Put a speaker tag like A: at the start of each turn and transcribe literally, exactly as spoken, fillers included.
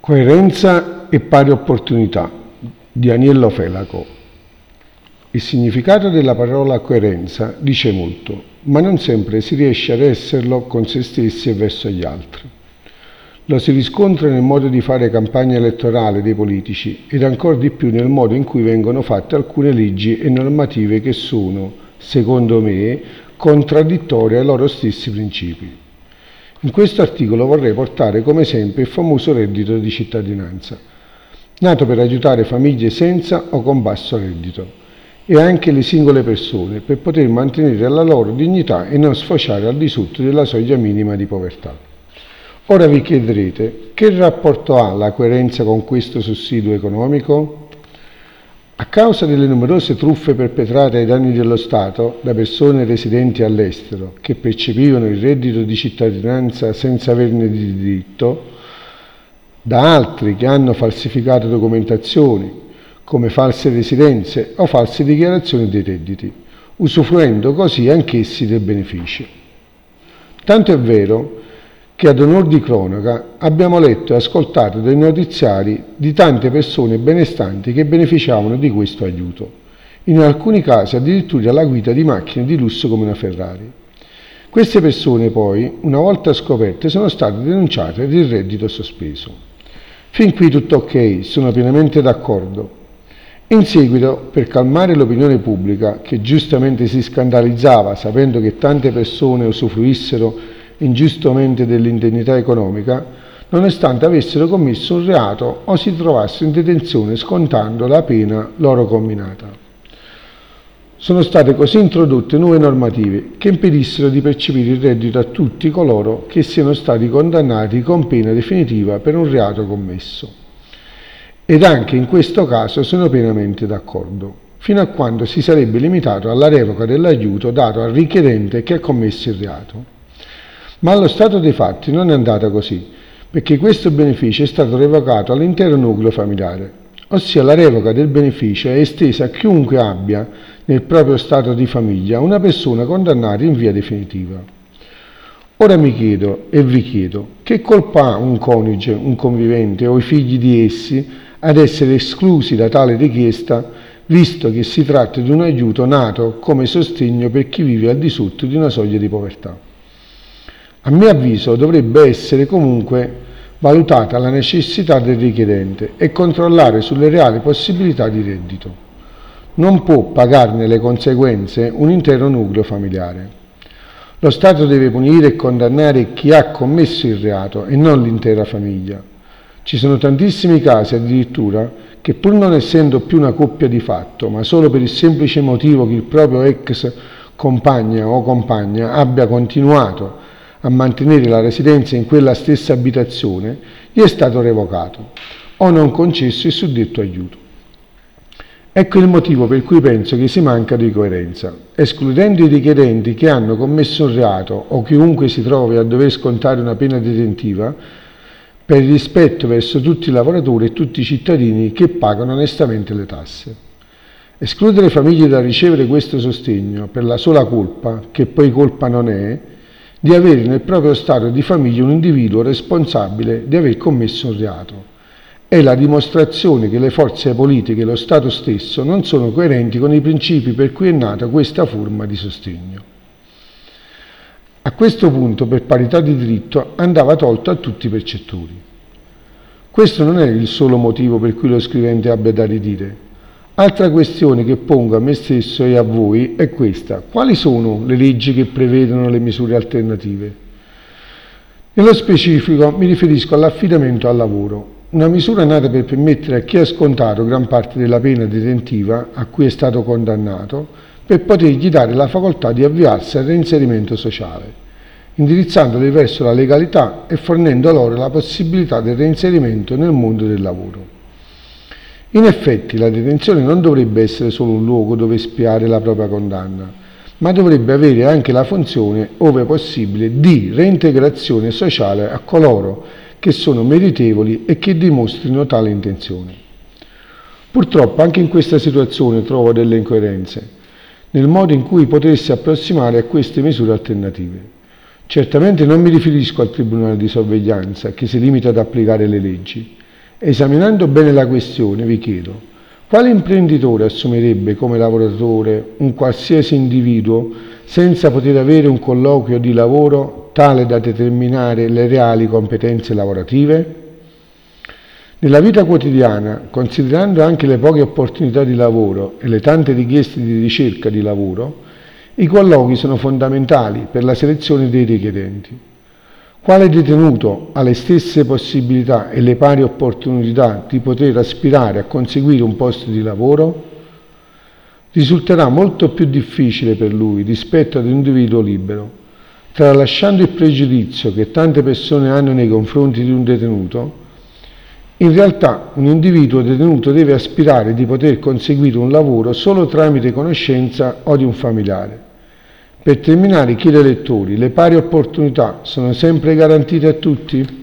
A: Coerenza e pari opportunità di Aniello Felaco. Il significato della parola coerenza dice molto, ma non sempre si riesce ad esserlo con se stessi e verso gli altri. Lo si riscontra nel modo di fare campagna elettorale dei politici ed ancor di più nel modo in cui vengono fatte alcune leggi e normative che sono, secondo me, contraddittorie ai loro stessi principi. In questo articolo vorrei portare come esempio il famoso reddito di cittadinanza, nato per aiutare famiglie senza o con basso reddito, e anche le singole persone per poter mantenere la loro dignità e non sfociare al di sotto della soglia minima di povertà. Ora vi chiederete, che rapporto ha la coerenza con questo sussidio economico? A causa delle numerose truffe perpetrate ai danni dello Stato da persone residenti all'estero che percepivano il reddito di cittadinanza senza averne di diritto, da altri che hanno falsificato documentazioni come false residenze o false dichiarazioni dei redditi, usufruendo così anch'essi del beneficio. Tanto è vero che ad onor di cronaca abbiamo letto e ascoltato dai notiziari di tante persone benestanti che beneficiavano di questo aiuto, in alcuni casi addirittura alla guida di macchine di lusso come una Ferrari. Queste persone poi, una volta scoperte, sono state denunciate ed il reddito sospeso. Fin qui tutto ok, sono pienamente d'accordo. In seguito, per calmare l'opinione pubblica, che giustamente si scandalizzava sapendo che tante persone usufruissero ingiustamente dell'indennità economica, nonostante avessero commesso un reato o si trovassero in detenzione scontando la pena loro comminata. Sono state così introdotte nuove normative che impedissero di percepire il reddito a tutti coloro che siano stati condannati con pena definitiva per un reato commesso. Ed anche in questo caso sono pienamente d'accordo, fino a quando si sarebbe limitato alla revoca dell'aiuto dato al richiedente che ha commesso il reato. Ma allo stato dei fatti non è andata così, perché questo beneficio è stato revocato all'intero nucleo familiare, ossia la revoca del beneficio è estesa a chiunque abbia nel proprio stato di famiglia una persona condannata in via definitiva. Ora mi chiedo e vi chiedo, che colpa ha un coniuge, un convivente o i figli di essi ad essere esclusi da tale richiesta, visto che si tratta di un aiuto nato come sostegno per chi vive al di sotto di una soglia di povertà? A mio avviso dovrebbe essere comunque valutata la necessità del richiedente e controllare sulle reali possibilità di reddito. Non può pagarne le conseguenze un intero nucleo familiare. Lo Stato deve punire e condannare chi ha commesso il reato e non l'intera famiglia. Ci sono tantissimi casi addirittura che, pur non essendo più una coppia di fatto, ma solo per il semplice motivo che il proprio ex compagna o compagna abbia continuato a mantenere la residenza in quella stessa abitazione, gli è stato revocato o non concesso il suddetto aiuto. Ecco il motivo per cui penso che si manca di coerenza. Escludendo i richiedenti che hanno commesso un reato o chiunque si trovi a dover scontare una pena detentiva, per il rispetto verso tutti i lavoratori e tutti i cittadini che pagano onestamente le tasse. Escludere famiglie dal ricevere questo sostegno per la sola colpa, che poi colpa non è, di avere nel proprio stato di famiglia un individuo responsabile di aver commesso un reato. È la dimostrazione che le forze politiche e lo Stato stesso non sono coerenti con i principi per cui è nata questa forma di sostegno. A questo punto, per parità di diritto, andava tolto a tutti i percettori. Questo non è il solo motivo per cui lo scrivente abbia da ridire. Altra questione che pongo a me stesso e a voi è questa: quali sono le leggi che prevedono le misure alternative? Nello specifico mi riferisco all'affidamento al lavoro, una misura nata per permettere a chi ha scontato gran parte della pena detentiva a cui è stato condannato, per potergli dare la facoltà di avviarsi al reinserimento sociale, indirizzandoli verso la legalità e fornendo loro la possibilità del reinserimento nel mondo del lavoro. In effetti la detenzione non dovrebbe essere solo un luogo dove espiare la propria condanna, ma dovrebbe avere anche la funzione, ove possibile, di reintegrazione sociale a coloro che sono meritevoli e che dimostrino tale intenzione. Purtroppo anche in questa situazione trovo delle incoerenze nel modo in cui potersi approssimare a queste misure alternative. Certamente non mi riferisco al Tribunale di sorveglianza, che si limita ad applicare le leggi, Esaminando bene la questione, vi chiedo, quale imprenditore assumerebbe come lavoratore un qualsiasi individuo senza poter avere un colloquio di lavoro tale da determinare le reali competenze lavorative? Nella vita quotidiana, considerando anche le poche opportunità di lavoro e le tante richieste di ricerca di lavoro, i colloqui sono fondamentali per la selezione dei richiedenti. Quale detenuto ha le stesse possibilità e le pari opportunità di poter aspirare a conseguire un posto di lavoro? Risulterà molto più difficile per lui rispetto ad un individuo libero. Tralasciando il pregiudizio che tante persone hanno nei confronti di un detenuto, in realtà un individuo detenuto deve aspirare di poter conseguire un lavoro solo tramite conoscenza o di un familiare. Per terminare chiedo ai lettori, le pari opportunità sono sempre garantite a tutti?